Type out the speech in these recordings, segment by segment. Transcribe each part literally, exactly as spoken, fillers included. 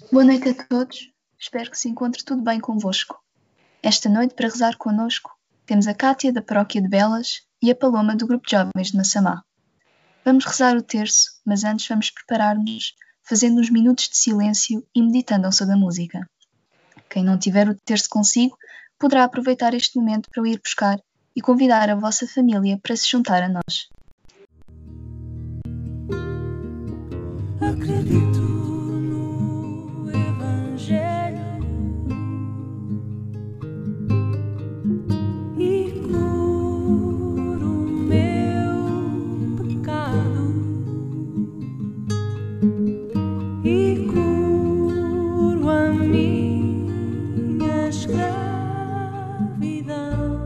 Boa noite a todos, espero que se encontre tudo bem convosco. Esta noite, para rezar connosco, temos a Cátia da Paróquia de Belas e a Paloma do Grupo de Jovens de Massamá. Vamos rezar o terço, mas antes vamos preparar-nos fazendo uns minutos de silêncio e meditando ao som da música. Quem não tiver o terço consigo, poderá aproveitar este momento para o ir buscar e convidar a vossa família para se juntar a nós. Acredito no Evangelho e curo o meu pecado e curo a minha escravidão.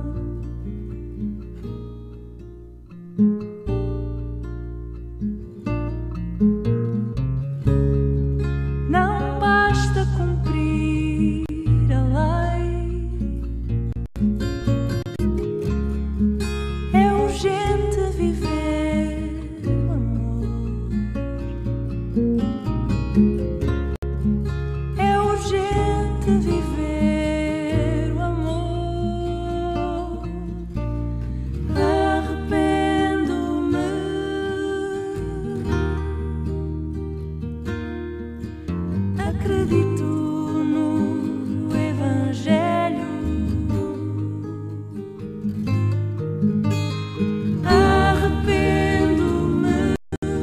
Não basta cumprir a lei, é urgente viver o amor, é urgente viver o amor. Arrependo-me, acredito no Evangelho, arrependo-me,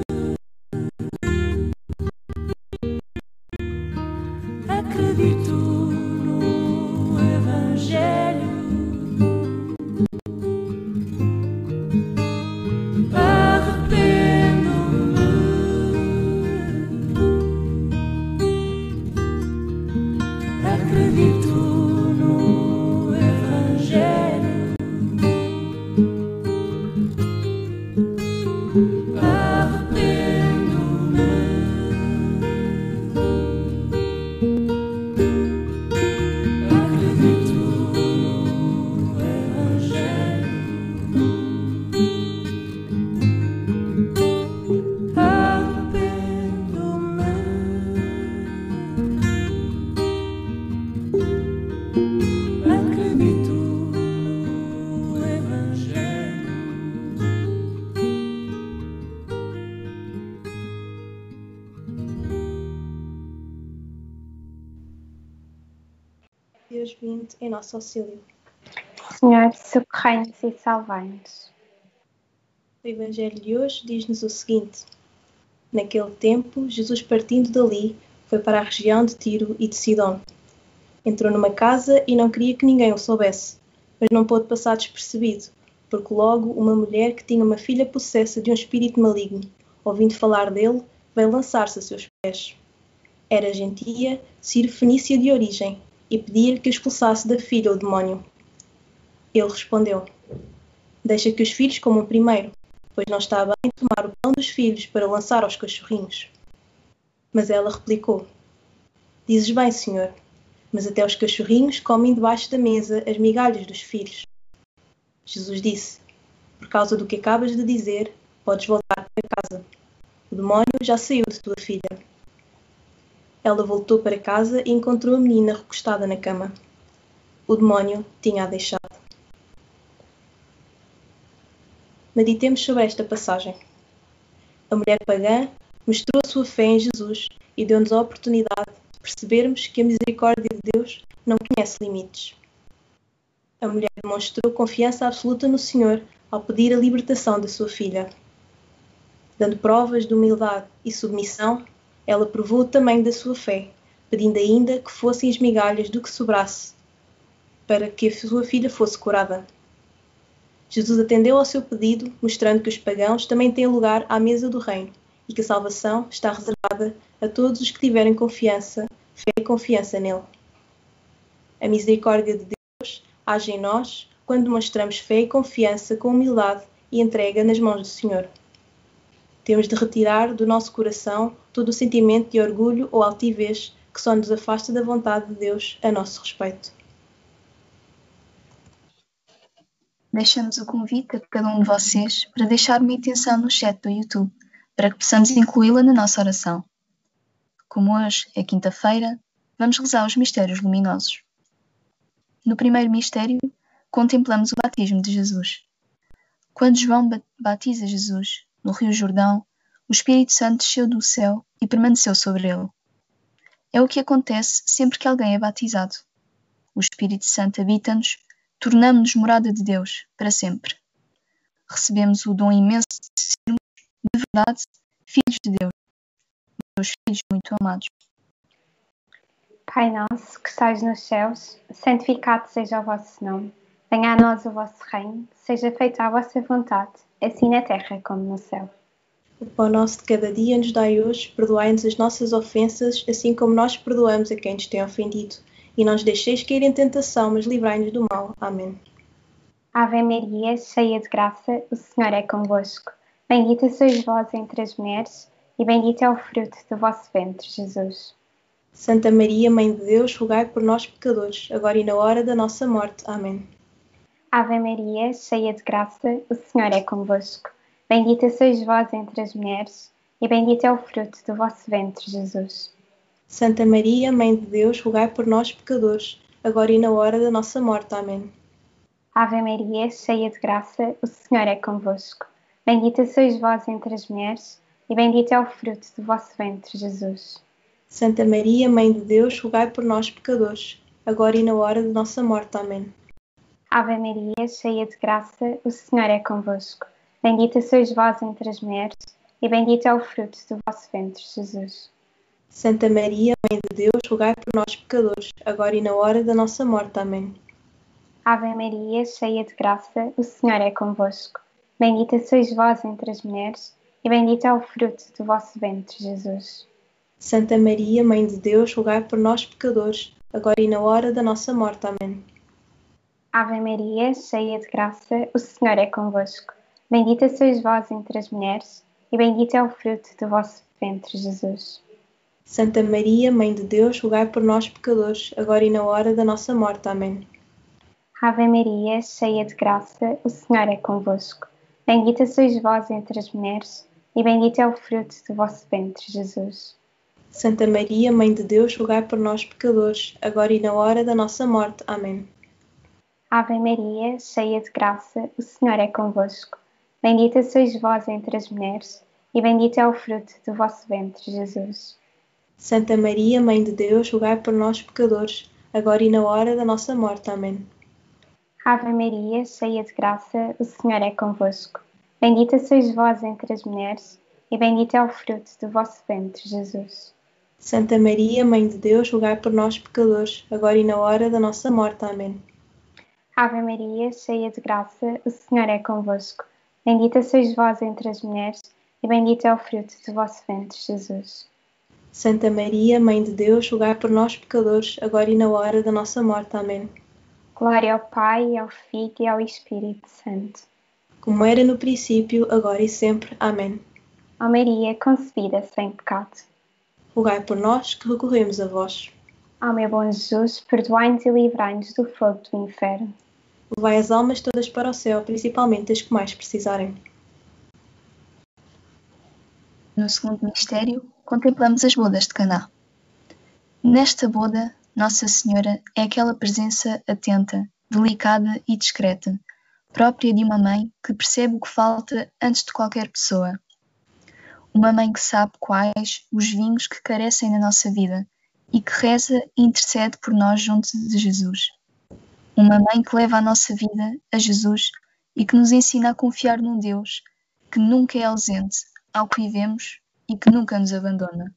acredito no Evangelho, arrependo-me, acredito no Evangelho, arrependo-me, acredito no Evangelho. Deus vindo em nosso auxílio. Senhor, socorrei-nos e salvai-nos. O Evangelho de hoje diz-nos o seguinte: naquele tempo, Jesus, partindo dali, foi para a região de Tiro e de Sidom. Entrou numa casa e não queria que ninguém o soubesse, mas não pôde passar despercebido, porque logo uma mulher que tinha uma filha possessa de um espírito maligno, ouvindo falar dele, veio lançar-se a seus pés. Era gentia, Ciro-fenícia de origem, e pedia-lhe que expulsasse da filha o demónio. Ele respondeu: deixa que os filhos comam primeiro, pois não está bem tomar o pão dos filhos para lançar aos cachorrinhos. Mas ela replicou: dizes bem, senhor, mas até os cachorrinhos comem debaixo da mesa as migalhas dos filhos. Jesus disse: por causa do que acabas de dizer, podes voltar para casa. O demónio já saiu de tua filha. Ela voltou para casa e encontrou a menina recostada na cama. O demónio tinha-a deixado. Meditemos sobre esta passagem. A mulher pagã mostrou a sua fé em Jesus e deu-nos a oportunidade de percebermos que a misericórdia de Deus não conhece limites. A mulher demonstrou confiança absoluta no Senhor ao pedir a libertação da sua filha. Dando provas de humildade e submissão, ela provou o tamanho da sua fé, pedindo ainda que fossem as migalhas do que sobrasse, para que a sua filha fosse curada. Jesus atendeu ao seu pedido, mostrando que os pagãos também têm lugar à mesa do reino e que a salvação está reservada a todos os que tiverem confiança, fé e confiança nele. A misericórdia de Deus age em nós quando demonstramos fé e confiança com humildade e entrega nas mãos do Senhor. Temos de retirar do nosso coração todo o sentimento de orgulho ou altivez que só nos afasta da vontade de Deus a nosso respeito. Deixamos o convite a cada um de vocês para deixar uma intenção no chat do YouTube, para que possamos incluí-la na nossa oração. Como hoje é quinta-feira, vamos rezar os mistérios luminosos. No primeiro mistério, contemplamos o batismo de Jesus. Quando João batiza Jesus no Rio Jordão, o Espírito Santo desceu do céu e permaneceu sobre ele. É o que acontece sempre que alguém é batizado. O Espírito Santo habita-nos, tornamo-nos morada de Deus para sempre. Recebemos o dom imenso de sermos, de verdade, filhos de Deus, meus filhos muito amados. Pai nosso, que estais nos céus, santificado seja o vosso nome. Venha a nós o vosso reino, seja feita a vossa vontade, assim na terra como no céu. O pão nosso de cada dia nos dai hoje, perdoai-nos as nossas ofensas, assim como nós perdoamos a quem nos tem ofendido. E não nos deixeis cair em tentação, mas livrai-nos do mal. Amém. Ave Maria, cheia de graça, o Senhor é convosco. Bendita sois vós entre as mulheres, e bendito é o fruto do vosso ventre, Jesus. Santa Maria, Mãe de Deus, rogai por nós pecadores, agora e na hora da nossa morte. Amém. Ave Maria, cheia de graça, o Senhor é convosco. Bendita sois vós entre as mulheres, e bendito é o fruto do vosso ventre, Jesus. Santa Maria, Mãe de Deus, rogai por nós pecadores, agora e na hora da nossa morte. Amém. Ave Maria, cheia de graça, o Senhor é convosco. Bendita sois vós entre as mulheres, e bendito é o fruto do vosso ventre, Jesus. Santa Maria, Mãe de Deus, rogai por nós pecadores, agora e na hora da nossa morte. Amém. Ave Maria, cheia de graça, o Senhor é convosco. Bendita sois vós entre as mulheres, e bendito é o fruto do vosso ventre, Jesus. Santa Maria, Mãe de Deus, rogai por nós pecadores, agora e na hora da nossa morte. Amém. Ave Maria, cheia de graça, o Senhor é convosco. Bendita sois vós entre as mulheres, e bendito é o fruto do vosso ventre, Jesus. Santa Maria, Mãe de Deus, rogai por nós pecadores, agora e na hora da nossa morte. Amém. Ave Maria, cheia de graça, o Senhor é convosco. Bendita sois vós entre as mulheres, e bendito é o fruto do vosso ventre, Jesus. Santa Maria, Mãe de Deus, rogai por nós pecadores, agora e na hora da nossa morte. Amém. Ave Maria, cheia de graça, o Senhor é convosco. Bendita sois vós entre as mulheres, e bendito é o fruto do vosso ventre, Jesus. Santa Maria, Mãe de Deus, rogai por nós pecadores, agora e na hora da nossa morte. Amém. Ave Maria, cheia de graça, o Senhor é convosco. Bendita sois vós entre as mulheres, e bendito é o fruto do vosso ventre, Jesus. Santa Maria, Mãe de Deus, rogai por nós pecadores, agora e na hora da nossa morte. Amém. Ave Maria, cheia de graça, o Senhor é convosco. Bendita sois vós entre as mulheres, e bendito é o fruto do vosso ventre, Jesus. Santa Maria, Mãe de Deus, rogai por nós pecadores, agora e na hora da nossa morte. Amém. Ave Maria, cheia de graça, o Senhor é convosco. Bendita sois vós entre as mulheres, e bendito é o fruto do vosso ventre, Jesus. Santa Maria, Mãe de Deus, rogai por nós pecadores, agora e na hora da nossa morte. Amém. Glória ao Pai, ao Filho e ao Espírito Santo. Como era no princípio, agora e sempre. Amém. Ó Maria, concebida sem pecado. Rogai por nós que recorremos a vós. Ó meu bom Jesus, perdoai-nos e livrai-nos do fogo do inferno. Levai as almas todas para o céu, principalmente as que mais precisarem. No segundo mistério, contemplamos as bodas de Caná. Nesta boda, Nossa Senhora é aquela presença atenta, delicada e discreta, própria de uma mãe que percebe o que falta antes de qualquer pessoa. Uma mãe que sabe quais os vinhos que carecem na nossa vida e que reza e intercede por nós junto de Jesus. Uma mãe que leva a nossa vida a Jesus e que nos ensina a confiar num Deus que nunca é ausente ao que vivemos e que nunca nos abandona.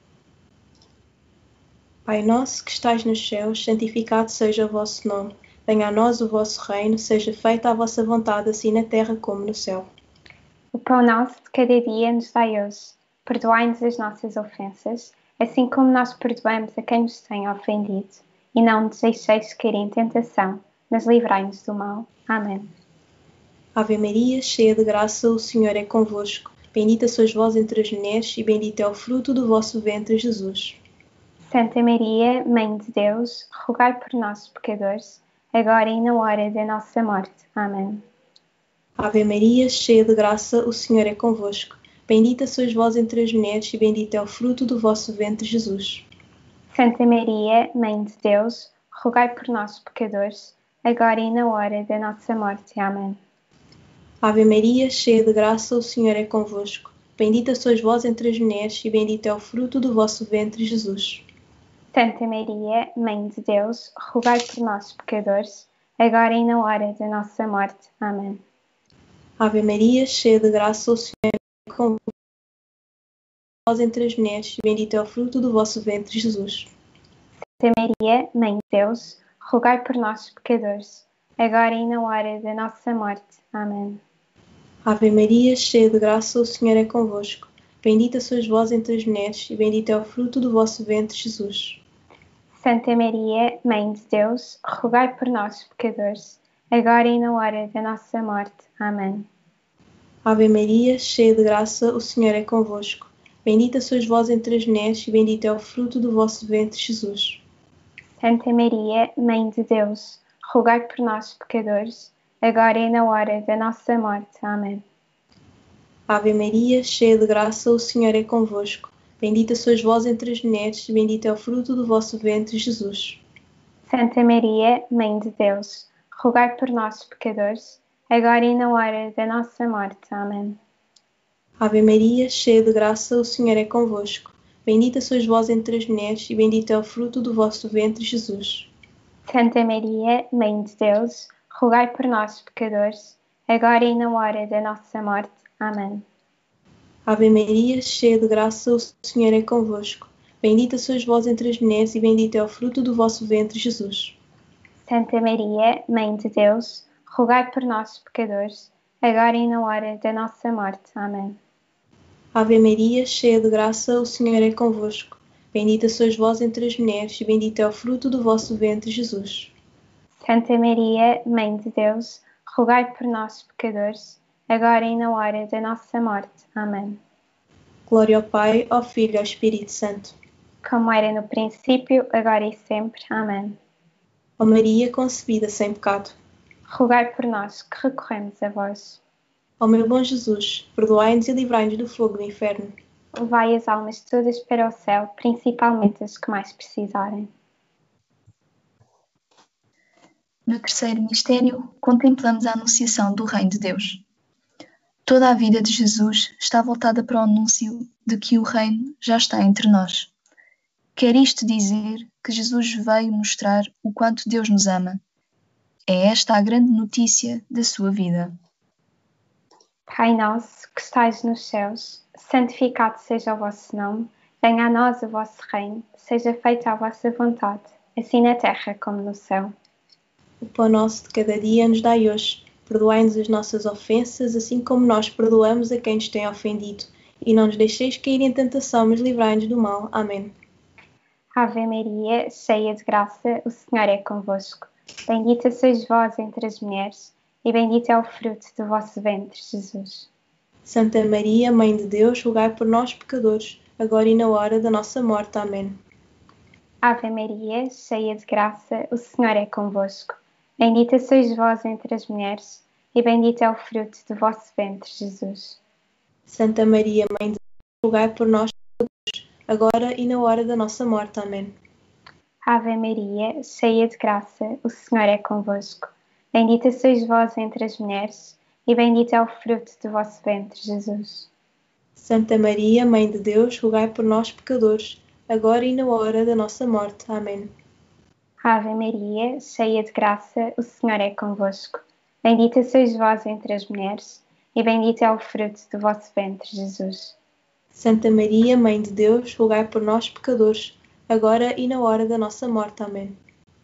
Pai nosso que estais nos céus, santificado seja o vosso nome. Venha a nós o vosso reino, seja feita a vossa vontade, assim na terra como no céu. O pão nosso de cada dia nos dai hoje. Perdoai-nos as nossas ofensas, assim como nós perdoamos a quem nos tem ofendido. E não nos deixeis cair em tentação, mas livrai-nos do mal. Amém. Ave Maria, cheia de graça, o Senhor é convosco. Bendita sois vós entre as mulheres, e bendito é o fruto do vosso ventre, Jesus. Santa Maria, Mãe de Deus, rogai por nós, pecadores, agora e na hora da nossa morte. Amém. Ave Maria, cheia de graça, o Senhor é convosco. Bendita sois vós entre as mulheres, e bendito é o fruto do vosso ventre, Jesus. Santa Maria, Mãe de Deus, rogai por nós, pecadores, agora e na hora da nossa morte. Amém. Ave Maria, cheia de graça, o Senhor é convosco. Bendita sois vós entre as mulheres, e bendito é o fruto do vosso ventre, Jesus. Santa Maria, Mãe de Deus, rogai por nós, pecadores, agora e na hora da nossa morte. Amém. Ave Maria, cheia de graça, o Senhor é convosco. Vós entre as mulheres, e bendito é o fruto do vosso ventre, Jesus. Santa Maria, Mãe de Deus, rogai por nós, pecadores, agora e na hora da nossa morte. Amém. Ave Maria, cheia de graça, o Senhor é convosco. Bendita sois vós entre as mulheres, e bendito é o fruto do vosso ventre, Jesus. Santa Maria, Mãe de Deus, rogai por nós, pecadores, agora e na hora da nossa morte. Amém. Ave Maria, cheia de graça, o Senhor é convosco. Bendita sois vós entre as mulheres, e bendito é o fruto do vosso ventre, Jesus. Santa Maria, Mãe de Deus, rogai por nós, pecadores, agora e na hora da nossa morte. Amém. Ave Maria, cheia de graça, o Senhor é convosco. Bendita sois vós entre as mulheres, e bendito é o fruto do vosso ventre, Jesus. Santa Maria, Mãe de Deus, rogai por nós, pecadores, agora e na hora da nossa morte. Amém. Ave Maria, cheia de graça, o Senhor é convosco. Bendita sois vós entre as mulheres, e bendito é o fruto do vosso ventre, Jesus. Santa Maria, Mãe de Deus, rogai por nós, pecadores, agora e na hora da nossa morte. Amém. Ave Maria, cheia de graça, o Senhor é convosco. Bendita sois vós entre as mulheres, e bendito é o fruto do vosso ventre, Jesus. Santa Maria, Mãe de Deus, rogai por nós, pecadores, agora e na hora da nossa morte. Amém. Ave Maria, cheia de graça, o Senhor é convosco. Bendita sois vós entre as mulheres, e bendito é o fruto do vosso ventre, Jesus. Santa Maria, Mãe de Deus, rogai por nós, pecadores, agora e na hora da nossa morte. Amém. Glória ao Pai, ao Filho e ao Espírito Santo. Como era no princípio, agora e sempre. Amém. Ó Maria, concebida sem pecado. Rogai por nós que recorremos a vós. Ó meu bom Jesus, perdoai-nos e livrai-nos do fogo do inferno. Levai as almas todas para o céu, principalmente as que mais precisarem. No terceiro mistério, contemplamos a anunciação do Reino de Deus. Toda a vida de Jesus está voltada para o anúncio de que o Reino já está entre nós. Quer isto dizer que Jesus veio mostrar o quanto Deus nos ama. É esta a grande notícia da sua vida. Pai nosso, que estais nos céus, santificado seja o vosso nome, venha a nós o vosso reino, seja feita a vossa vontade, assim na terra como no céu. O pão nosso de cada dia nos dai hoje. Perdoai-nos as nossas ofensas, assim como nós perdoamos a quem nos tem ofendido. E não nos deixeis cair em tentação, mas livrai-nos do mal. Amém. Ave Maria, cheia de graça, o Senhor é convosco. Bendita sois vós entre as mulheres, e bendito é o fruto do vosso ventre, Jesus. Santa Maria, Mãe de Deus, rogai por nós, pecadores, agora e na hora da nossa morte. Amém. Ave Maria, cheia de graça, o Senhor é convosco. Bendita sois vós entre as mulheres, e bendito é o fruto do vosso ventre, Jesus. Santa Maria, Mãe de Deus, rogai por nós, pecadores, agora e na hora da nossa morte. Amém. Ave Maria, cheia de graça, o Senhor é convosco. Bendita sois vós entre as mulheres, e bendito é o fruto do vosso ventre, Jesus. Santa Maria, Mãe de Deus, rogai por nós, pecadores, agora e na hora da nossa morte. Amém. Ave Maria, cheia de graça, o Senhor é convosco. Bendita sois vós entre as mulheres, e bendito é o fruto do vosso ventre, Jesus. Santa Maria, Mãe de Deus, rogai por nós, pecadores, agora e na hora da nossa morte. Amém.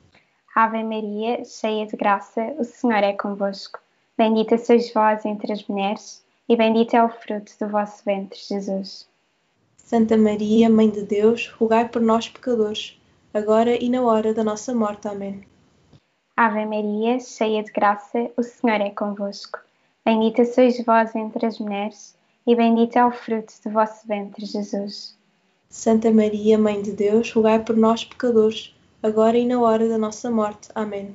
Ave Maria, cheia de graça, o Senhor é convosco. Bendita sois vós entre as mulheres, e bendito é o fruto do vosso ventre, Jesus. Santa Maria, Mãe de Deus, rogai por nós, pecadores, agora e na hora da nossa morte. Amém. Ave Maria, cheia de graça, o Senhor é convosco. Bendita sois vós entre as mulheres, e bendito é o fruto do vosso ventre, Jesus. Santa Maria, Mãe de Deus, rogai por nós, pecadores, agora e na hora da nossa morte. Amém.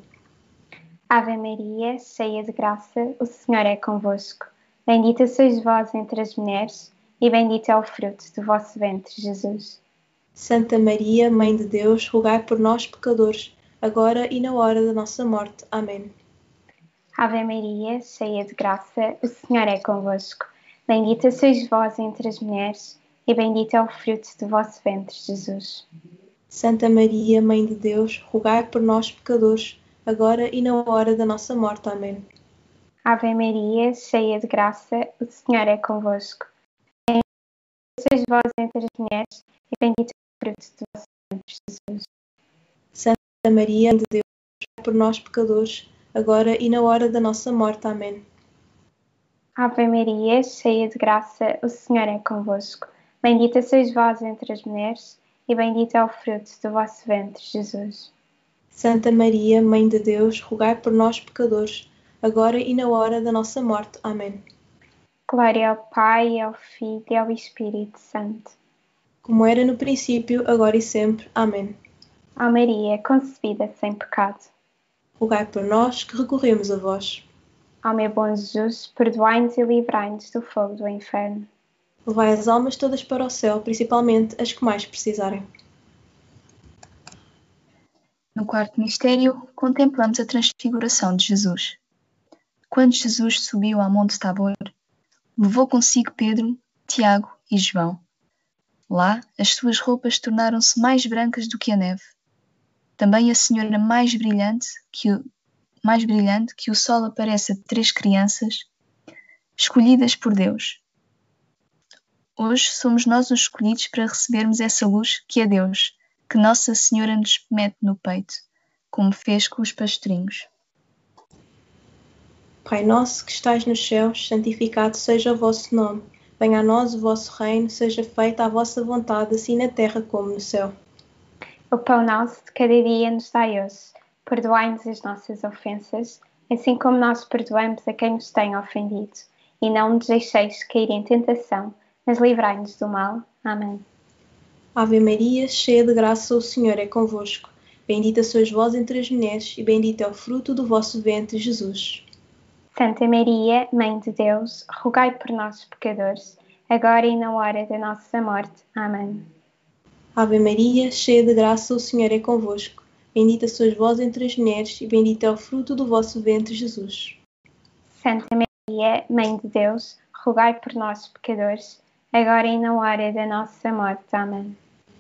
Ave Maria, cheia de graça, o Senhor é convosco. Bendita sois vós entre as mulheres, e bendito é o fruto do vosso ventre, Jesus. Santa Maria, Mãe de Deus, rogai por nós, pecadores, agora e na hora da nossa morte. Amém. Ave Maria, cheia de graça, o Senhor é convosco. Bendita sois vós entre as mulheres, e bendito é o fruto do vosso ventre, Jesus. Santa Maria, Mãe de Deus, rogai por nós, pecadores, agora e na hora da nossa morte. Amém. Ave Maria, cheia de graça, o Senhor é convosco. Bendita sois vós entre as mulheres, e bendito é o fruto do vosso ventre, Jesus. Santa Maria, Mãe de Deus, rogai por nós, pecadores, agora e na hora da nossa morte. Amém. Ave Maria, cheia de graça, o Senhor é convosco. Bendita sois vós entre as mulheres, e bendito é o fruto do vosso ventre, Jesus. Santa Maria, Mãe de Deus, rogai por nós, pecadores, agora e na hora da nossa morte. Amém. Glória ao Pai, ao Filho e ao Espírito Santo. Como era no princípio, agora e sempre. Amém. Ó Maria, concebida sem pecado. Rogai por nós que recorremos a vós. Ó meu bom Jesus, perdoai-nos e livrai-nos do fogo do inferno. Levai as almas todas para o céu, principalmente as que mais precisarem. No quarto mistério, contemplamos a transfiguração de Jesus. Quando Jesus subiu ao Monte Tabor, levou consigo Pedro, Tiago e João. Lá, as suas roupas tornaram-se mais brancas do que a neve. Também a senhora mais brilhante que o, mais brilhante que o sol aparece a três crianças, escolhidas por Deus. Hoje somos nós os escolhidos para recebermos essa luz que é Deus, que Nossa Senhora nos mete no peito, como fez com os pastorinhos. Pai nosso que estais nos céus, santificado seja o vosso nome. Venha a nós o vosso reino, seja feita a vossa vontade, assim na terra como no céu. O pão nosso de cada dia nos dai hoje. Perdoai-nos as nossas ofensas, assim como nós perdoamos a quem nos tem ofendido. E não nos deixeis cair em tentação, mas livrai-nos do mal. Amém. Ave Maria, cheia de graça, o Senhor é convosco. Bendita sois vós entre as mulheres, e bendito é o fruto do vosso ventre, Jesus. Santa Maria, Mãe de Deus, rogai por nós, pecadores, agora e na hora da nossa morte. Amém. Ave Maria, cheia de graça, o Senhor é convosco. Bendita sois vós entre as mulheres, e bendito é o fruto do vosso ventre, Jesus. Santa Maria, Mãe de Deus, rogai por nós, pecadores, agora e na hora da nossa morte. Amém.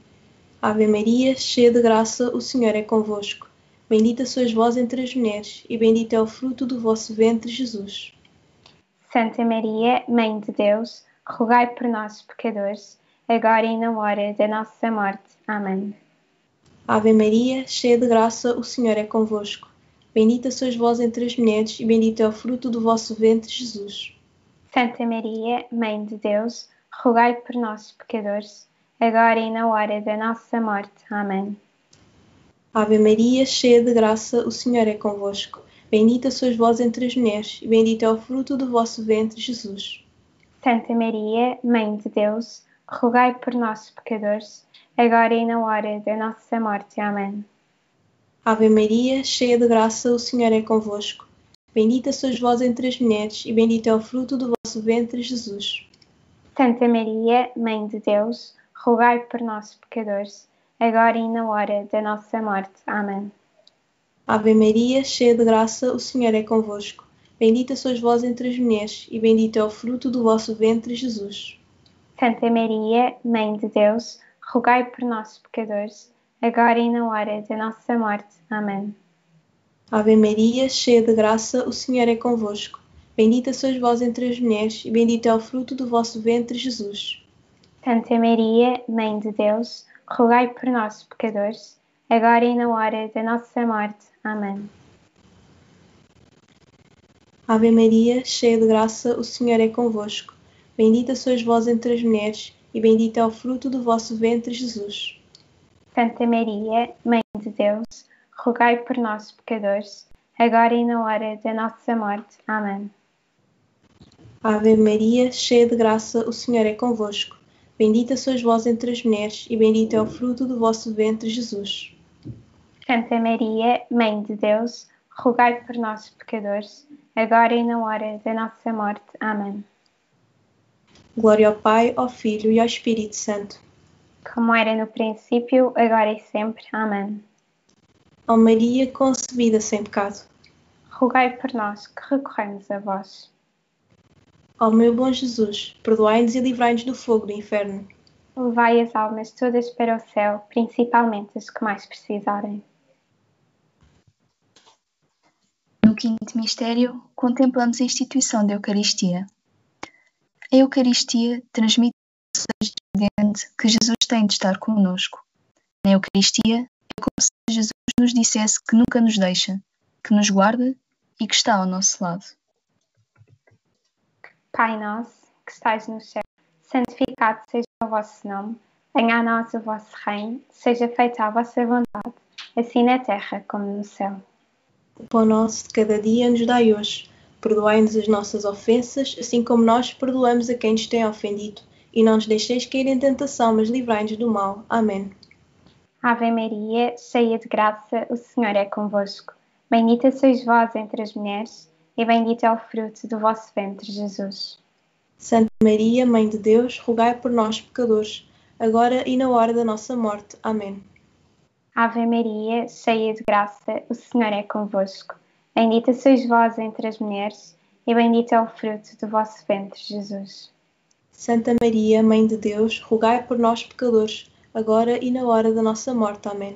Ave Maria, cheia de graça, o Senhor é convosco. Bendita sois vós entre as mulheres, e bendito é o fruto do vosso ventre, Jesus. Santa Maria, Mãe de Deus, rogai por nós, pecadores, agora e na hora da nossa morte. Amém. Ave Maria, cheia de graça, o Senhor é convosco. Bendita sois vós entre as mulheres, e bendito é o fruto do vosso ventre, Jesus. Santa Maria, Mãe de Deus, rogai por nós, pecadores, agora e na hora da nossa morte. Amém. Ave Maria, cheia de graça, o Senhor é convosco. Bendita sois vós entre as mulheres, e bendito é o fruto do vosso ventre, Jesus. Santa Maria, Mãe de Deus, rogai por nós, pecadores, agora e na hora da nossa morte. Amém. Ave Maria, cheia de graça, o Senhor é convosco. Bendita sois vós entre as mulheres, e bendito é o fruto do vosso ventre, Jesus. Santa Maria, Mãe de Deus, rogai por nós, pecadores, agora e na hora da nossa morte. Amém. Ave Maria, cheia de graça, o Senhor é convosco. Bendita sois vós entre as mulheres, e bendito é o fruto do vosso ventre, Jesus. Santa Maria, Mãe de Deus, rogai por nós, pecadores, agora e na hora da nossa morte. Amém. Ave Maria, cheia de graça, o Senhor é convosco. Bendita sois vós entre as mulheres, e bendito é o fruto do vosso ventre, Jesus. Santa Maria, Mãe de Deus, rogai por nós, pecadores, agora e na hora da nossa morte. Amém. Ave Maria, cheia de graça, o Senhor é convosco. Bendita sois vós entre as mulheres, e bendito é o fruto do vosso ventre, Jesus. Santa Maria, Mãe de Deus, rogai por nós, pecadores, agora e na hora da nossa morte. Amém. Ave Maria, cheia de graça, o Senhor é convosco. Bendita sois vós entre as mulheres, e bendito é o fruto do vosso ventre, Jesus. Santa Maria, Mãe de Deus, rogai por nós, pecadores, agora e na hora da nossa morte. Amém. Glória ao Pai, ao Filho e ao Espírito Santo. Como era no princípio, agora e sempre. Amém. Ó Maria concebida sem pecado. Rogai por nós que recorremos a vós. Ó meu bom Jesus, perdoai-nos e livrai-nos do fogo do inferno. Levai as almas todas para o céu, principalmente as que mais precisarem. No quinto mistério, contemplamos a instituição da Eucaristia. A Eucaristia transmite o desejo ardente que Jesus tem de estar conosco. Na Eucaristia, é como se Jesus nos dissesse que nunca nos deixa, que nos guarda e que está ao nosso lado. Pai nosso, que estais no céu, santificado seja o vosso nome. Venha a nós o vosso reino, seja feita a vossa vontade, assim na terra como no céu. O pão nosso de cada dia nos dai hoje. Perdoai-nos as nossas ofensas, assim como nós perdoamos a quem nos tem ofendido. E não nos deixeis cair em tentação, mas livrai-nos do mal. Amém. Ave Maria, cheia de graça, o Senhor é convosco. Bendita sois vós entre as mulheres, e bendito é o fruto do vosso ventre, Jesus. Santa Maria, Mãe de Deus, rogai por nós, pecadores, agora e na hora da nossa morte. Amém. Ave Maria, cheia de graça, o Senhor é convosco. Bendita sois vós entre as mulheres, e bendito é o fruto do vosso ventre, Jesus. Santa Maria, Mãe de Deus, rogai por nós, pecadores, agora e na hora da nossa morte. Amém.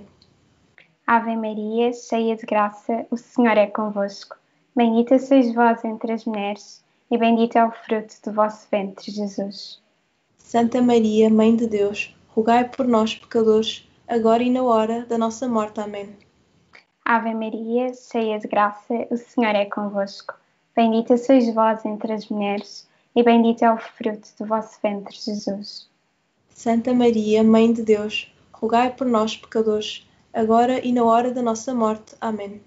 Ave Maria, cheia de graça, o Senhor é convosco. Bendita sois vós entre as mulheres, e bendito é o fruto do vosso ventre, Jesus. Santa Maria, Mãe de Deus, rogai por nós, pecadores, agora e na hora da nossa morte. Amém. Ave Maria, cheia de graça, o Senhor é convosco. Bendita sois vós entre as mulheres, e bendito é o fruto do vosso ventre, Jesus. Santa Maria, Mãe de Deus, rogai por nós, pecadores, agora e na hora da nossa morte. Amém.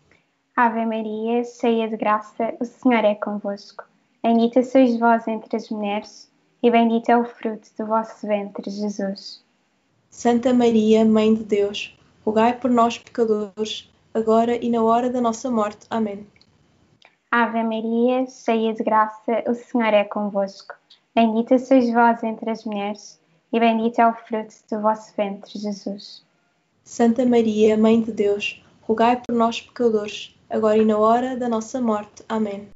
Ave Maria, cheia de graça, o Senhor é convosco. Bendita sois vós entre as mulheres, e bendito é o fruto do vosso ventre, Jesus. Santa Maria, Mãe de Deus, rogai por nós, pecadores, agora e na hora da nossa morte. Amém. Ave Maria, cheia de graça, o Senhor é convosco. Bendita sois vós entre as mulheres, e bendito é o fruto do vosso ventre, Jesus. Santa Maria, Mãe de Deus, rogai por nós, pecadores, agora e na hora da nossa morte. Amém.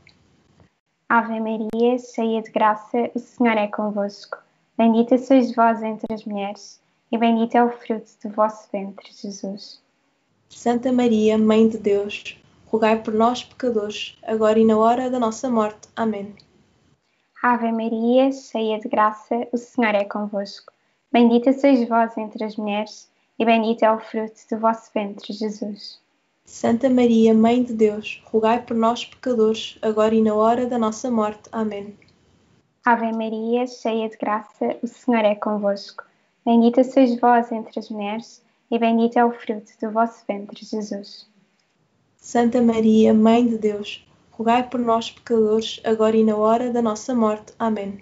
Ave Maria, cheia de graça, o Senhor é convosco. Bendita sois vós entre as mulheres, e bendito é o fruto do vosso ventre, Jesus. Santa Maria, Mãe de Deus, rogai por nós, pecadores, agora e na hora da nossa morte. Amém. Ave Maria, cheia de graça, o Senhor é convosco. Bendita sois vós entre as mulheres, e bendito é o fruto do vosso ventre, Jesus. Santa Maria, Mãe de Deus, rogai por nós, pecadores, agora e na hora da nossa morte. Amém. Ave Maria, cheia de graça, o Senhor é convosco. Bendita sois vós entre as mulheres, e bendito é o fruto do vosso ventre, Jesus. Santa Maria, Mãe de Deus, rogai por nós, pecadores, agora e na hora da nossa morte. Amém.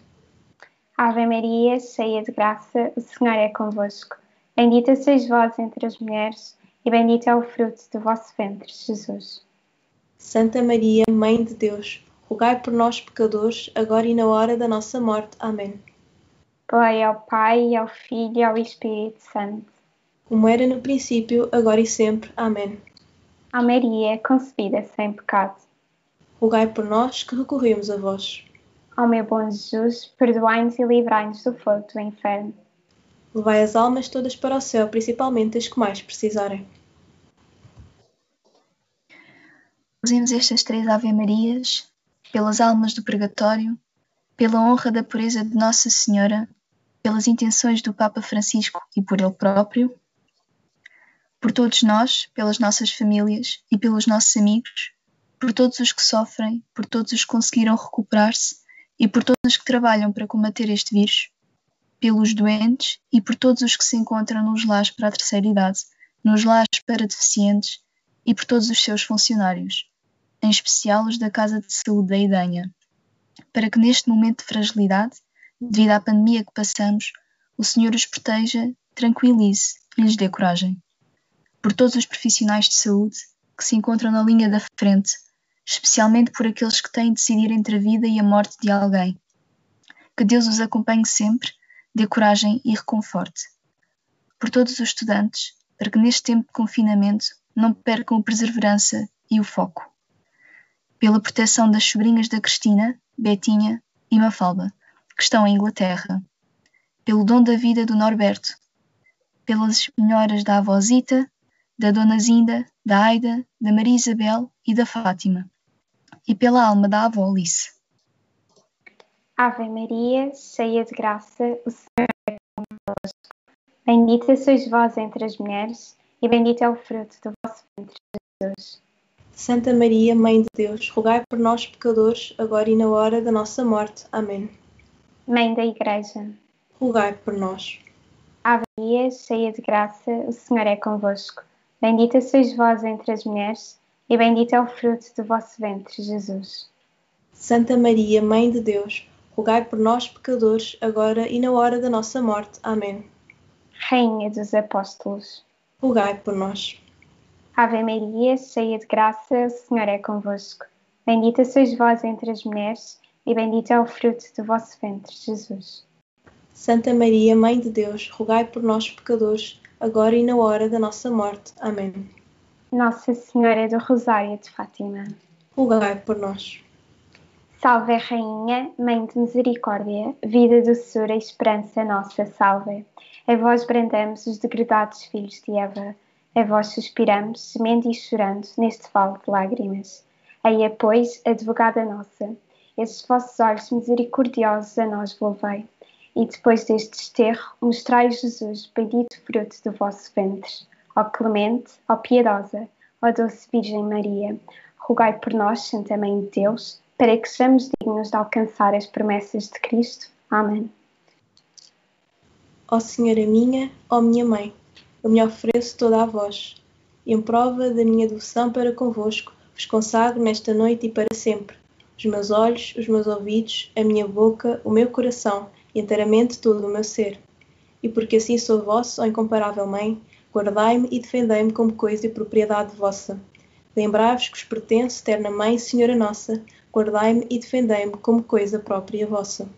Ave Maria, cheia de graça, o Senhor é convosco. Bendita sois vós entre as mulheres, e bendito é o fruto do vosso ventre, Jesus. Santa Maria, Mãe de Deus, rogai por nós, pecadores, agora e na hora da nossa morte. Amém. Glória ao Pai, ao Filho e ao Espírito Santo. Como era no princípio, agora e sempre. Amém. Ó Maria, concebida sem pecado. Rogai por nós que recorremos a vós. Ó meu bom Jesus, perdoai-nos e livrai-nos do fogo do inferno. Levai as almas todas para o céu, principalmente as que mais precisarem. Usemos estas três Ave-Marias pelas almas do purgatório, pela honra da pureza de Nossa Senhora, pelas intenções do Papa Francisco e por ele próprio, por todos nós, pelas nossas famílias e pelos nossos amigos, por todos os que sofrem, por todos os que conseguiram recuperar-se e por todos os que trabalham para combater este vírus, pelos doentes e por todos os que se encontram nos lares para a terceira idade, nos lares para deficientes e por todos os seus funcionários, em especial os da Casa de Saúde da Idenha, para que neste momento de fragilidade, devido à pandemia que passamos, o Senhor os proteja, tranquilize e lhes dê coragem. Por todos os profissionais de saúde que se encontram na linha da frente, especialmente por aqueles que têm de decidir entre a vida e a morte de alguém, Que Deus os acompanhe sempre, dê coragem e reconforte. Por todos os estudantes, para que neste tempo de confinamento não percam a perseverança e o foco. Pela proteção das sobrinhas da Cristina, Betinha e Mafalda, que estão em Inglaterra. Pelo dom da vida do Norberto. Pelas melhoras da avózita, da Dona Zinda, da Aida, da Maria Isabel e da Fátima. E pela alma da avó Alice. Ave Maria, cheia de graça, o Senhor é convosco. Bendita sois vós entre as mulheres, e bendito é o fruto do vosso ventre, Jesus. Santa Maria, Mãe de Deus, rogai por nós, pecadores, agora e na hora da nossa morte. Amém. Mãe da Igreja, Rogai por nós. Ave Maria, cheia de graça, o Senhor é convosco. Bendita sois vós entre as mulheres, e bendito é o fruto do vosso ventre, Jesus. Santa Maria, Mãe de Deus, rogai por nós, pecadores, agora e na hora da nossa morte. Amém. Rainha dos Apóstolos, Rogai por nós. Ave Maria, cheia de graça, o Senhor é convosco. Bendita sois vós entre as mulheres, e bendito é o fruto do vosso ventre, Jesus. Santa Maria, Mãe de Deus, rogai por nós, pecadores, agora e na hora da nossa morte. Amém. Nossa Senhora do Rosário de Fátima, Rogai por nós. salve a Rainha, Mãe de Misericórdia, vida, doçura e esperança nossa, salve. A vós brandamos os degredados filhos de Eva, a vós suspiramos, gemendo e chorando, neste vale de lágrimas. Eia, pois, advogada nossa, esses vossos olhos misericordiosos a nós volvei, e depois deste desterro, mostrai Jesus, bendito fruto do vosso ventre. Ó clemente, ó piedosa, ó doce Virgem Maria, rogai por nós, Santa Mãe de Deus, para que sejamos dignos de alcançar as promessas de Cristo. Amém. Ó Senhora minha, ó minha Mãe, eu me ofereço toda a vós, e em prova da minha devoção para convosco, vos consagro nesta noite e para sempre, os meus olhos, os meus ouvidos, a minha boca, o meu coração, e inteiramente todo o meu ser. E porque assim sou vosso, ó incomparável Mãe, guardai-me e defendei-me como coisa e propriedade vossa. Lembrai-vos que vos pertenço, eterna Mãe, Senhora nossa, guardai-me e defendei-me como coisa própria vossa.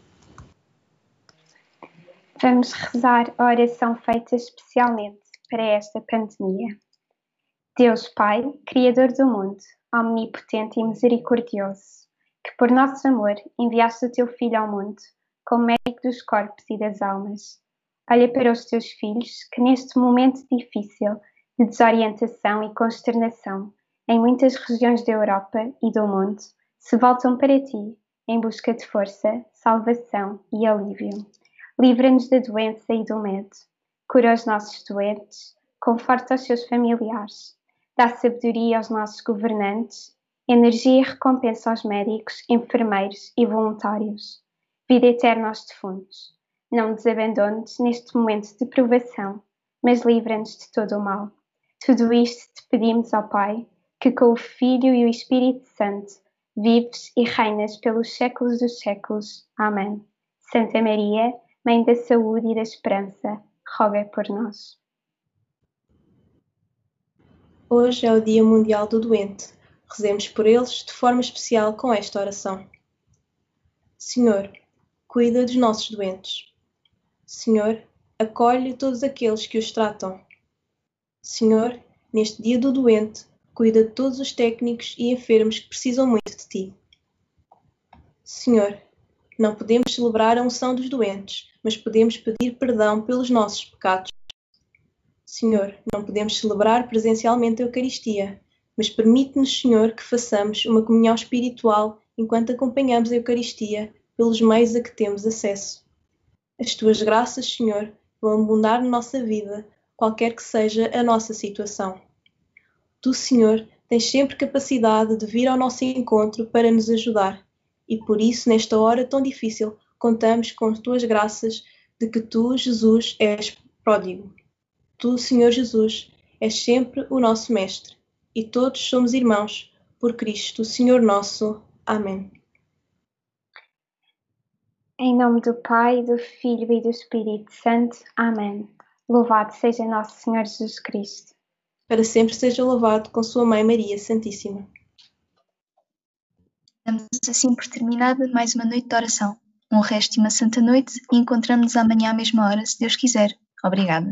Vamos rezar a oração feita especialmente para esta pandemia. Deus Pai, Criador do mundo, omnipotente e misericordioso, que por nosso amor enviaste o teu Filho ao mundo, como médico dos corpos e das almas. Olha para os teus filhos que neste momento difícil de desorientação e consternação em muitas regiões da Europa e do mundo se voltam para ti em busca de força, salvação e alívio. Livra-nos da doença e do medo. Cura os nossos doentes, conforta os seus familiares. Dá sabedoria aos nossos governantes, energia e recompensa aos médicos, enfermeiros e voluntários. Vida eterna aos defuntos. Não nos abandones neste momento de provação, mas livra-nos de todo o mal. Tudo isto te pedimos, ó Pai, que com o Filho e o Espírito Santo vives e reinas pelos séculos dos séculos. Amém. Santa Maria, Mãe da saúde e da esperança, roga por nós. Hoje é o Dia Mundial do Doente. Rezemos por eles de forma especial com esta oração. Senhor, cuida dos nossos doentes. Senhor, acolhe todos aqueles que os tratam. Senhor, neste Dia do Doente, cuida de todos os técnicos e enfermos que precisam muito de Ti. Senhor, não podemos celebrar a unção dos doentes, mas podemos pedir perdão pelos nossos pecados. Senhor, não podemos celebrar presencialmente a Eucaristia, mas permite-nos, Senhor, que façamos uma comunhão espiritual enquanto acompanhamos a Eucaristia pelos meios a que temos acesso. As Tuas graças, Senhor, vão abundar na nossa vida, qualquer que seja a nossa situação. Tu, Senhor, tens sempre capacidade de vir ao nosso encontro para nos ajudar, e por isso, nesta hora tão difícil, contamos com as Tuas graças de que Tu, Jesus, és pródigo. Tu, Senhor Jesus, és sempre o nosso Mestre, e todos somos irmãos, por Cristo, Senhor nosso. Amém. Em nome do Pai, do Filho e do Espírito Santo. Amém. Louvado seja nosso Senhor Jesus Cristo. Para sempre seja louvado com sua Mãe Maria Santíssima. Damos assim por terminada mais uma noite de oração. Um resto de uma santa noite e encontramos-nos amanhã à mesma hora, se Deus quiser. Obrigada.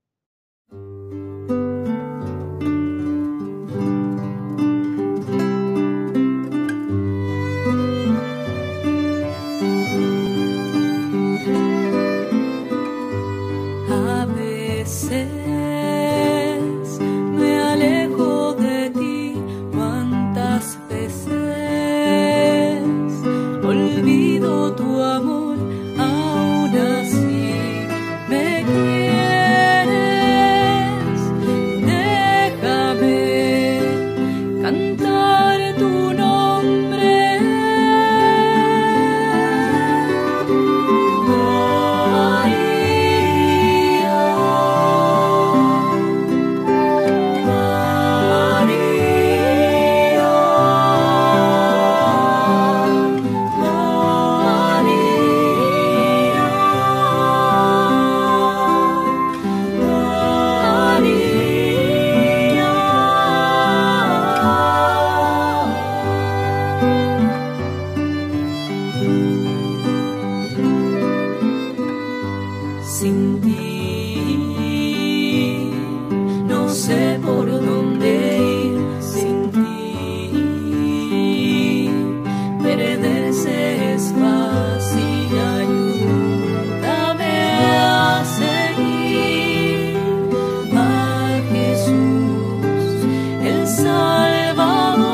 A veces me alejo de ti, cuántas veces olvido tu amor, aún así me quieres. Déjame cantar tu nombre. Sin ti no sé por dónde ir, sin ti perderse es fácil. Ayúdame a seguir a Jesús el Salvador.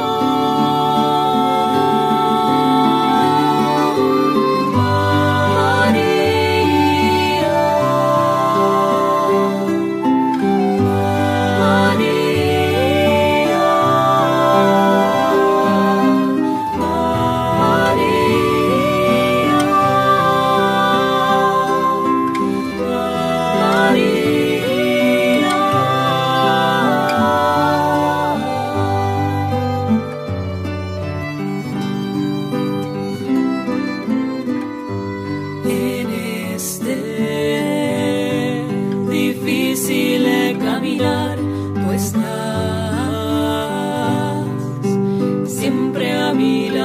En este difícil caminar, tú estás siempre a mi lado.